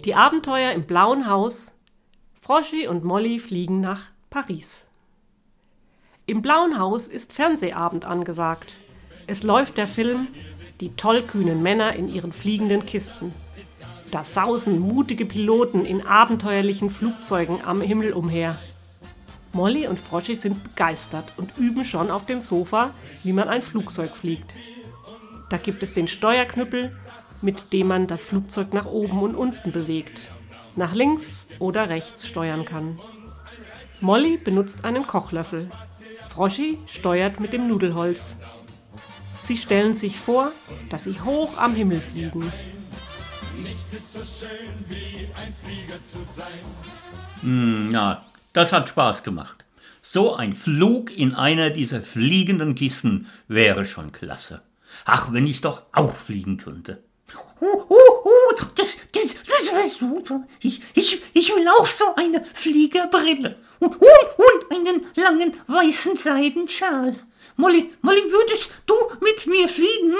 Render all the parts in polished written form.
Die Abenteuer im Blauen Haus. Froschi und Molly fliegen nach Paris. Im Blauen Haus ist Fernsehabend angesagt. Es läuft der Film Die tollkühnen Männer in ihren fliegenden Kisten. Da sausen mutige Piloten in abenteuerlichen Flugzeugen am Himmel umher. Molly und Froschi sind begeistert und üben schon auf dem Sofa, wie man ein Flugzeug fliegt. Da gibt es den Steuerknüppel, mit dem man das Flugzeug nach oben und unten bewegt, nach links oder rechts steuern kann. Molly benutzt einen Kochlöffel. Froschi steuert mit dem Nudelholz. Sie stellen sich vor, dass sie hoch am Himmel fliegen. Nichts ist so schön wie ein Flieger zu sein. Na, das hat Spaß gemacht. So ein Flug in einer dieser fliegenden Kisten wäre schon klasse. Ach, wenn ich doch auch fliegen könnte. Das wäre super. Ich will auch so eine Fliegerbrille und einen langen weißen Seidenschal. Molly, würdest du mit mir fliegen?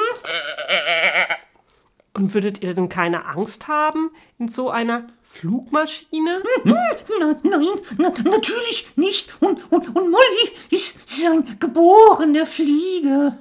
Und würdet ihr denn keine Angst haben in so einer Flugmaschine? Nein, natürlich nicht. Und Molly ist ein geborener Flieger.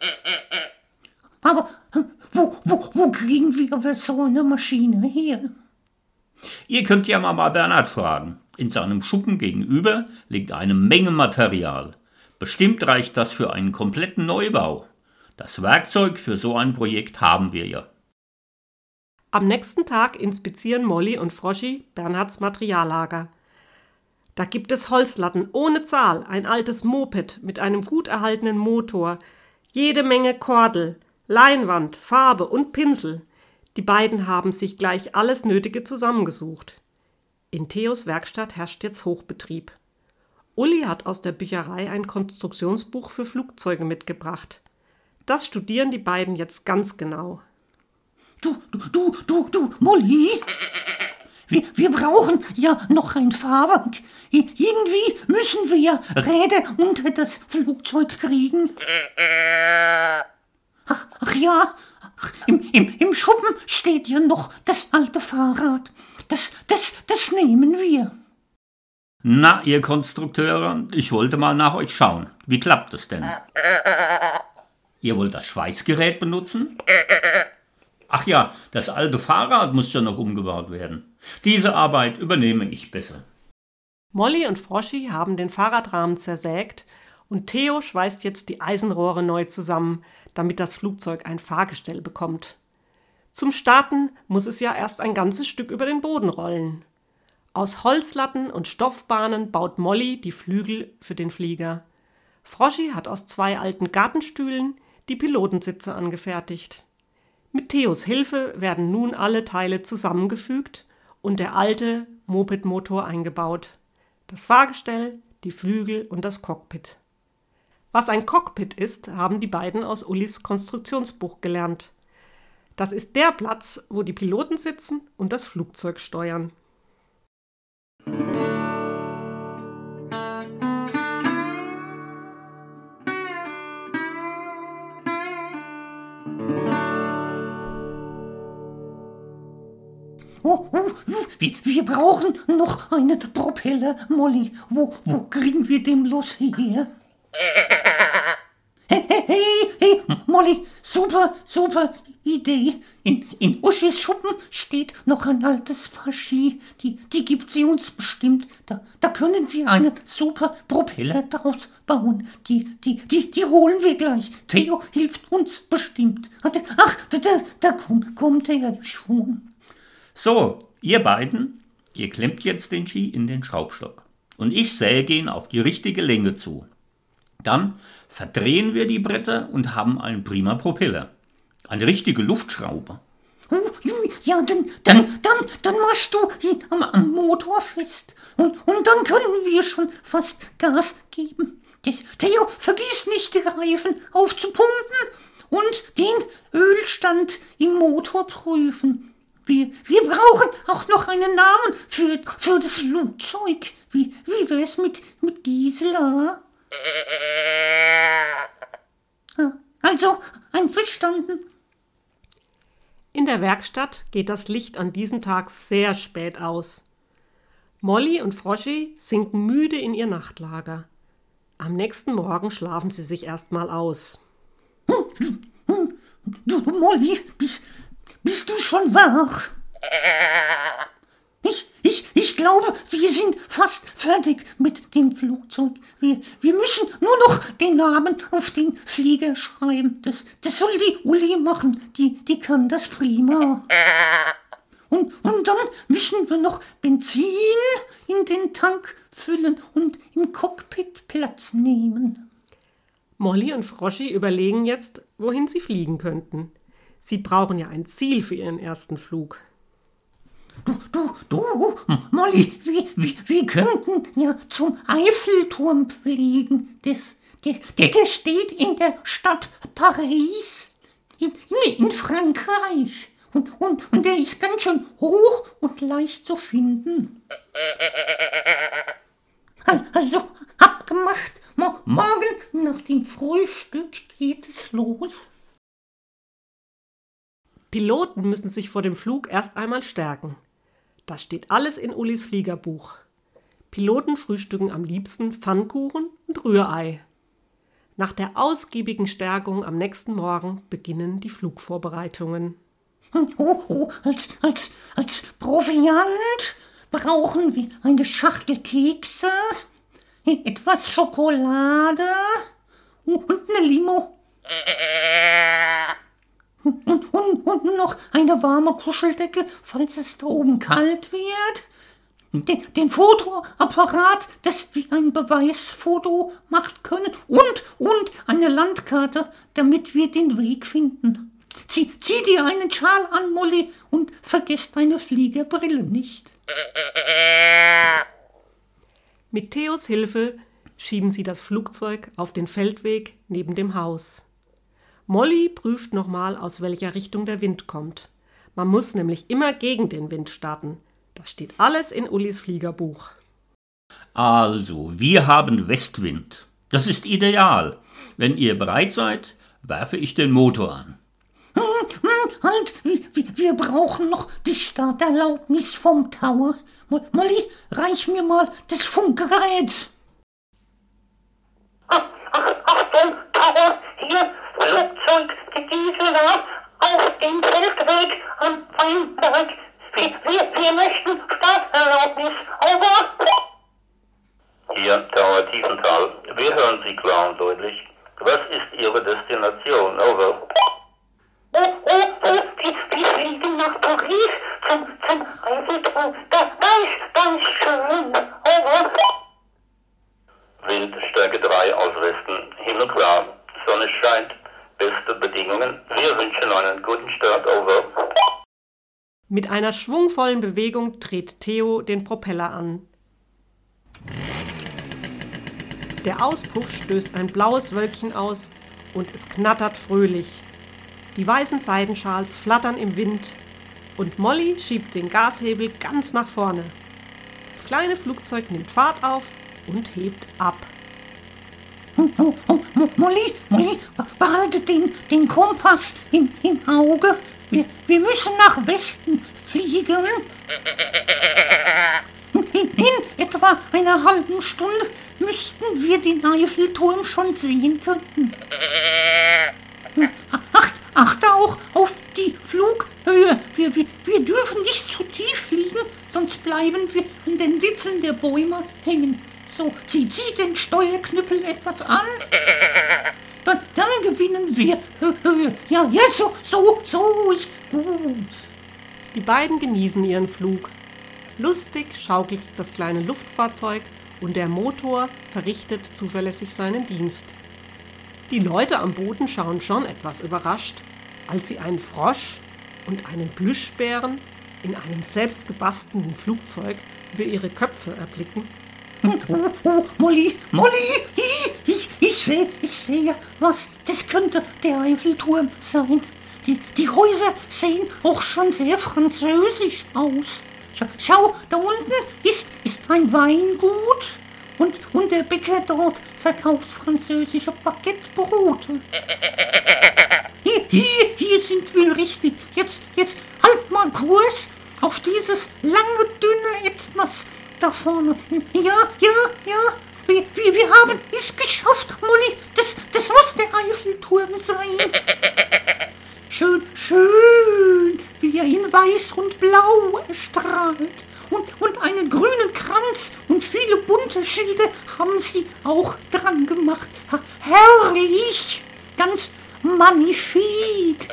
Aber wo kriegen wir aber so eine Maschine her? Ihr könnt ja mal Bernhard fragen. In seinem Schuppen gegenüber liegt eine Menge Material. Bestimmt reicht das für einen kompletten Neubau. Das Werkzeug für so ein Projekt haben wir ja. Am nächsten Tag inspizieren Molly und Froschi Bernhards Materiallager. Da gibt es Holzlatten ohne Zahl, ein altes Moped mit einem gut erhaltenen Motor, jede Menge Kordel, Leinwand, Farbe und Pinsel. Die beiden haben sich gleich alles Nötige zusammengesucht. In Theos Werkstatt herrscht jetzt Hochbetrieb. Uli hat aus der Bücherei ein Konstruktionsbuch für Flugzeuge mitgebracht. Das studieren die beiden jetzt ganz genau. Du, Molly, wir brauchen ja noch ein Fahrwerk. Irgendwie müssen wir ja Räder unter das Flugzeug kriegen. Ach ja, im Schuppen steht ja noch das alte Fahrrad. Das nehmen wir. Na, ihr Konstrukteure, ich wollte mal nach euch schauen. Wie klappt es denn? Ihr wollt das Schweißgerät benutzen? Ach ja, das alte Fahrrad muss ja noch umgebaut werden. Diese Arbeit übernehme ich besser. Molly und Froschi haben den Fahrradrahmen zersägt und Theo schweißt jetzt die Eisenrohre neu zusammen, damit das Flugzeug ein Fahrgestell bekommt. Zum Starten muss es ja erst ein ganzes Stück über den Boden rollen. Aus Holzlatten und Stoffbahnen baut Molly die Flügel für den Flieger. Froschi hat aus 2 alten Gartenstühlen die Pilotensitze angefertigt. Mit Theos Hilfe werden nun alle Teile zusammengefügt und der alte Moped-Motor eingebaut. Das Fahrgestell, die Flügel und das Cockpit. Was ein Cockpit ist, haben die beiden aus Ulis Konstruktionsbuch gelernt. Das ist der Platz, wo die Piloten sitzen und das Flugzeug steuern. Wir brauchen noch einen Propeller, Molly. Wo kriegen wir den bloß her? Hey, Molly, super Idee. In Uschis Schuppen steht noch ein altes Paar Ski. Die gibt sie uns bestimmt. Da können wir einen super Propeller draus bauen. Die holen wir gleich. Theo hilft uns bestimmt. Ach, da kommt er ja schon. So, ihr beiden, ihr klemmt jetzt den Ski in den Schraubstock. Und ich säge ihn auf die richtige Länge zu. Dann verdrehen wir die Bretter und haben einen prima Propeller. Eine richtige Luftschraube. Ja, dann machst du ihn am Motor fest. Und dann können wir schon fast Gas geben. Theo, vergiss nicht, die Reifen aufzupumpen und den Ölstand im Motor prüfen. Wir brauchen auch noch einen Namen für das Flugzeug. Wie wär's mit Gisela? Also, einverstanden? In der Werkstatt geht das Licht an diesem Tag sehr spät aus. Molly und Froschi sinken müde in ihr Nachtlager. Am nächsten Morgen schlafen sie sich erstmal aus. Du, Molly, bist du schon wach? Ich glaube, wir sind fast fertig mit dem Flugzeug. Wir müssen nur noch den Namen auf den Flieger schreiben. Das soll die Uli machen. Die kann das prima. Und dann müssen wir noch Benzin in den Tank füllen und im Cockpit Platz nehmen. Molly und Froschi überlegen jetzt, wohin sie fliegen könnten. Sie brauchen ja ein Ziel für ihren ersten Flug. Du, Molly, wir könnten ja zum Eiffelturm fliegen. Der steht in der Stadt Paris, in Frankreich. Und der ist ganz schön hoch und leicht zu finden. Also, abgemacht, morgen nach dem Frühstück geht es los. Piloten müssen sich vor dem Flug erst einmal stärken. Das steht alles in Ulis Fliegerbuch. Piloten frühstücken am liebsten Pfannkuchen und Rührei. Nach der ausgiebigen Stärkung am nächsten Morgen beginnen die Flugvorbereitungen. Als Proviant brauchen wir eine Schachtel Kekse, etwas Schokolade und eine Limo. Und noch eine warme Kuscheldecke, falls es da oben kalt wird. Den Fotoapparat, das wie ein Beweisfoto macht können. Und eine Landkarte, damit wir den Weg finden. Zieh dir einen Schal an, Molly, und vergiss deine Fliegerbrille nicht. Mit Theos Hilfe schieben sie das Flugzeug auf den Feldweg neben dem Haus. Molly prüft nochmal, aus welcher Richtung der Wind kommt. Man muss nämlich immer gegen den Wind starten. Das steht alles in Ulis Fliegerbuch. Also, wir haben Westwind. Das ist ideal. Wenn ihr bereit seid, werfe ich den Motor an. Halt, wir brauchen noch die Starterlaubnis vom Tower. Molly, reich mir mal das Funkgerät. Achtung, Tower, hier, Flugzeug Gisela, auf dem Feldweg am Weinberg. Wir möchten Starterlaubnis, over. Hier, Tower Tiefenthal, wir hören Sie klar und deutlich. Was ist Ihre Destination, over? Wir fliegen nach Paris zum Eiffelturm. Da ist schön, over. Wind Stärke 3 aus Westen, Himmel klar, Sonne scheint, beste Bedingungen. Wir wünschen einen guten Start, over. Mit einer schwungvollen Bewegung dreht Theo den Propeller an. Der Auspuff stößt ein blaues Wölkchen aus und es knattert fröhlich. Die weißen Seidenschals flattern im Wind und Molly schiebt den Gashebel ganz nach vorne. Das kleine Flugzeug nimmt Fahrt auf und hebt ab. Molly, behalte den Kompass im Auge. Wir müssen nach Westen fliegen. In etwa einer halben Stunde müssten wir den Eiffelturm schon sehen können. Achte auch auf die Flughöhe. Wir dürfen nicht zu tief fliegen, sonst bleiben wir an den Wipfeln der Bäume hängen. So, zieh den Steuerknüppel etwas an. Dann gewinnen wir Höhe. Ja, so ist gut. Die beiden genießen ihren Flug. Lustig schaukelt das kleine Luftfahrzeug und der Motor verrichtet zuverlässig seinen Dienst. Die Leute am Boden schauen schon etwas überrascht, als sie einen Frosch und einen Plüschbären in einem selbstgebastelten Flugzeug über ihre Köpfe erblicken. Molly, ich sehe was. Das könnte der Eiffelturm sein. Die Häuser sehen auch schon sehr französisch aus. Schau, da unten ist ein Weingut Und der Bäcker dort verkauft französische Baguettebrote. Hier sind wir richtig. Jetzt halt mal Kurs auf dieses lange, dünne Etwas da vorne. Ja. Wir haben es geschafft, Molly. Das muss der Eiffelturm sein. Schön, wie er in weiß und blau erstrahlt. Und einen grünen Kranz und viele bunte Schilde haben sie auch dran gemacht. Herrlich, ganz magnifik.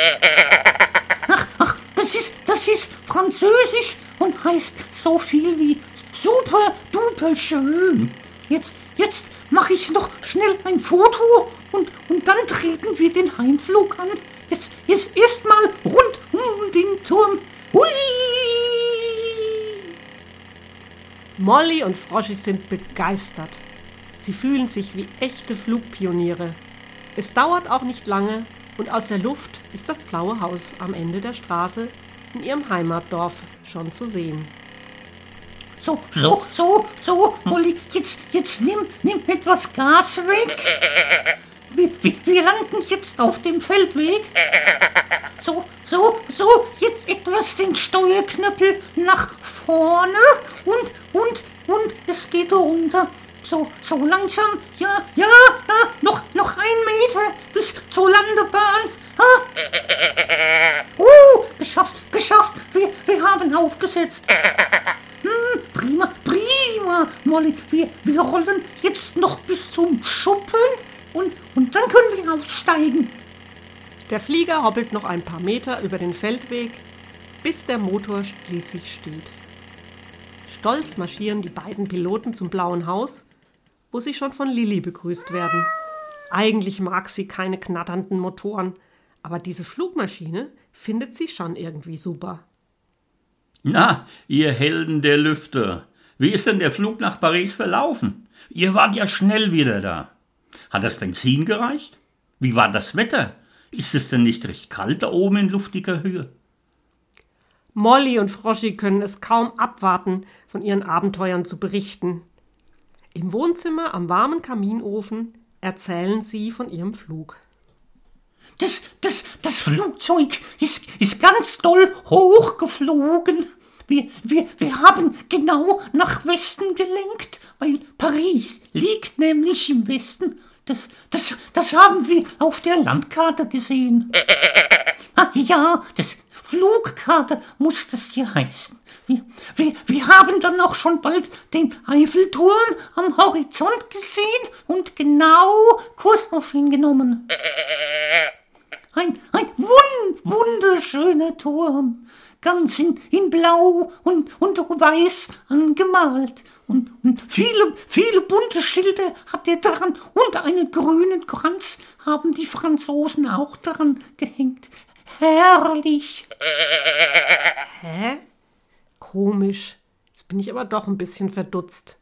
Ach, das ist Französisch und heißt so viel wie super duper schön. Jetzt mache ich noch schnell ein Foto und dann treten wir den Heimflug an. Jetzt erstmal rund um den Turm. Hui! Molly und Froschi sind begeistert. Sie fühlen sich wie echte Flugpioniere. Es dauert auch nicht lange und aus der Luft ist das blaue Haus am Ende der Straße in ihrem Heimatdorf schon zu sehen. So, Molly, jetzt nimm etwas Gas weg. Wir landen jetzt auf dem Feldweg. So, jetzt etwas den Steuerknüppel nach vorne und es geht runter. So langsam, ja, noch 1 Meter bis zur Landebahn. Geschafft, wir haben aufgesetzt. Prima, Molly, wir rollen jetzt noch bis zum Schuppen und dann können wir aussteigen. Der Flieger hoppelt noch ein paar Meter über den Feldweg, bis der Motor schließlich steht. Stolz marschieren die beiden Piloten zum blauen Haus, wo sie schon von Lilli begrüßt werden. Eigentlich mag sie keine knatternden Motoren, aber diese Flugmaschine findet sie schon irgendwie super. Na, ihr Helden der Lüfte, wie ist denn der Flug nach Paris verlaufen? Ihr wart ja schnell wieder da. Hat das Benzin gereicht? Wie war das Wetter? Ist es denn nicht recht kalt da oben in luftiger Höhe? Molly und Froschi können es kaum abwarten, von ihren Abenteuern zu berichten. Im Wohnzimmer am warmen Kaminofen erzählen sie von ihrem Flug. Das Flugzeug ist ganz doll hochgeflogen. Wir haben genau nach Westen gelenkt, weil Paris liegt nämlich im Westen. Das haben wir auf der Landkarte gesehen. Ja, das Flugkarte muss das hier heißen. Wir haben dann auch schon bald den Eiffelturm am Horizont gesehen und genau Kurs auf ihn genommen. Ein wunderschöner Turm, ganz in Blau und Weiß angemalt. Und viele bunte Schilder hat er dran und einen grünen Kranz haben die Franzosen auch dran gehängt. Herrlich. Hä? Komisch. Jetzt bin ich aber doch ein bisschen verdutzt.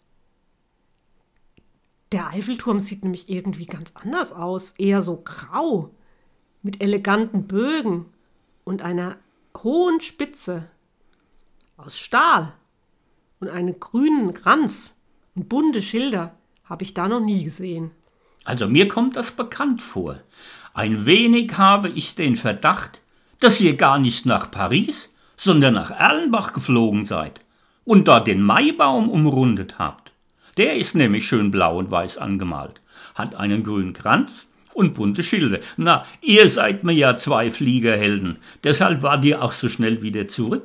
Der Eiffelturm sieht nämlich irgendwie ganz anders aus, eher so grau, mit eleganten Bögen und einer hohen Spitze aus Stahl und einen grünen Kranz und bunte Schilder habe ich da noch nie gesehen. Also mir kommt das bekannt vor. Ein wenig habe ich den Verdacht, dass ihr gar nicht nach Paris, sondern nach Erlenbach geflogen seid und dort den Maibaum umrundet habt. Der ist nämlich schön blau und weiß angemalt, hat einen grünen Kranz und bunte Schilder. Na, ihr seid mir ja 2 Fliegerhelden, deshalb wart ihr auch so schnell wieder zurück.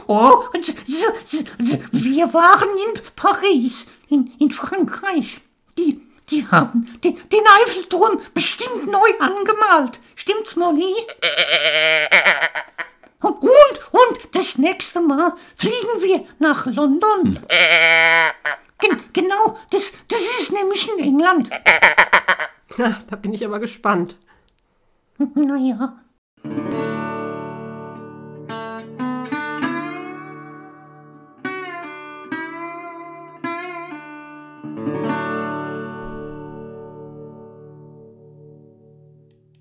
Wir waren in Paris, in Frankreich. Die haben den Eiffelturm bestimmt neu angemalt. Stimmt's, Molly? Und das nächste Mal fliegen wir nach London. Genau, das ist nämlich in England. Na, da bin ich aber gespannt. Naja,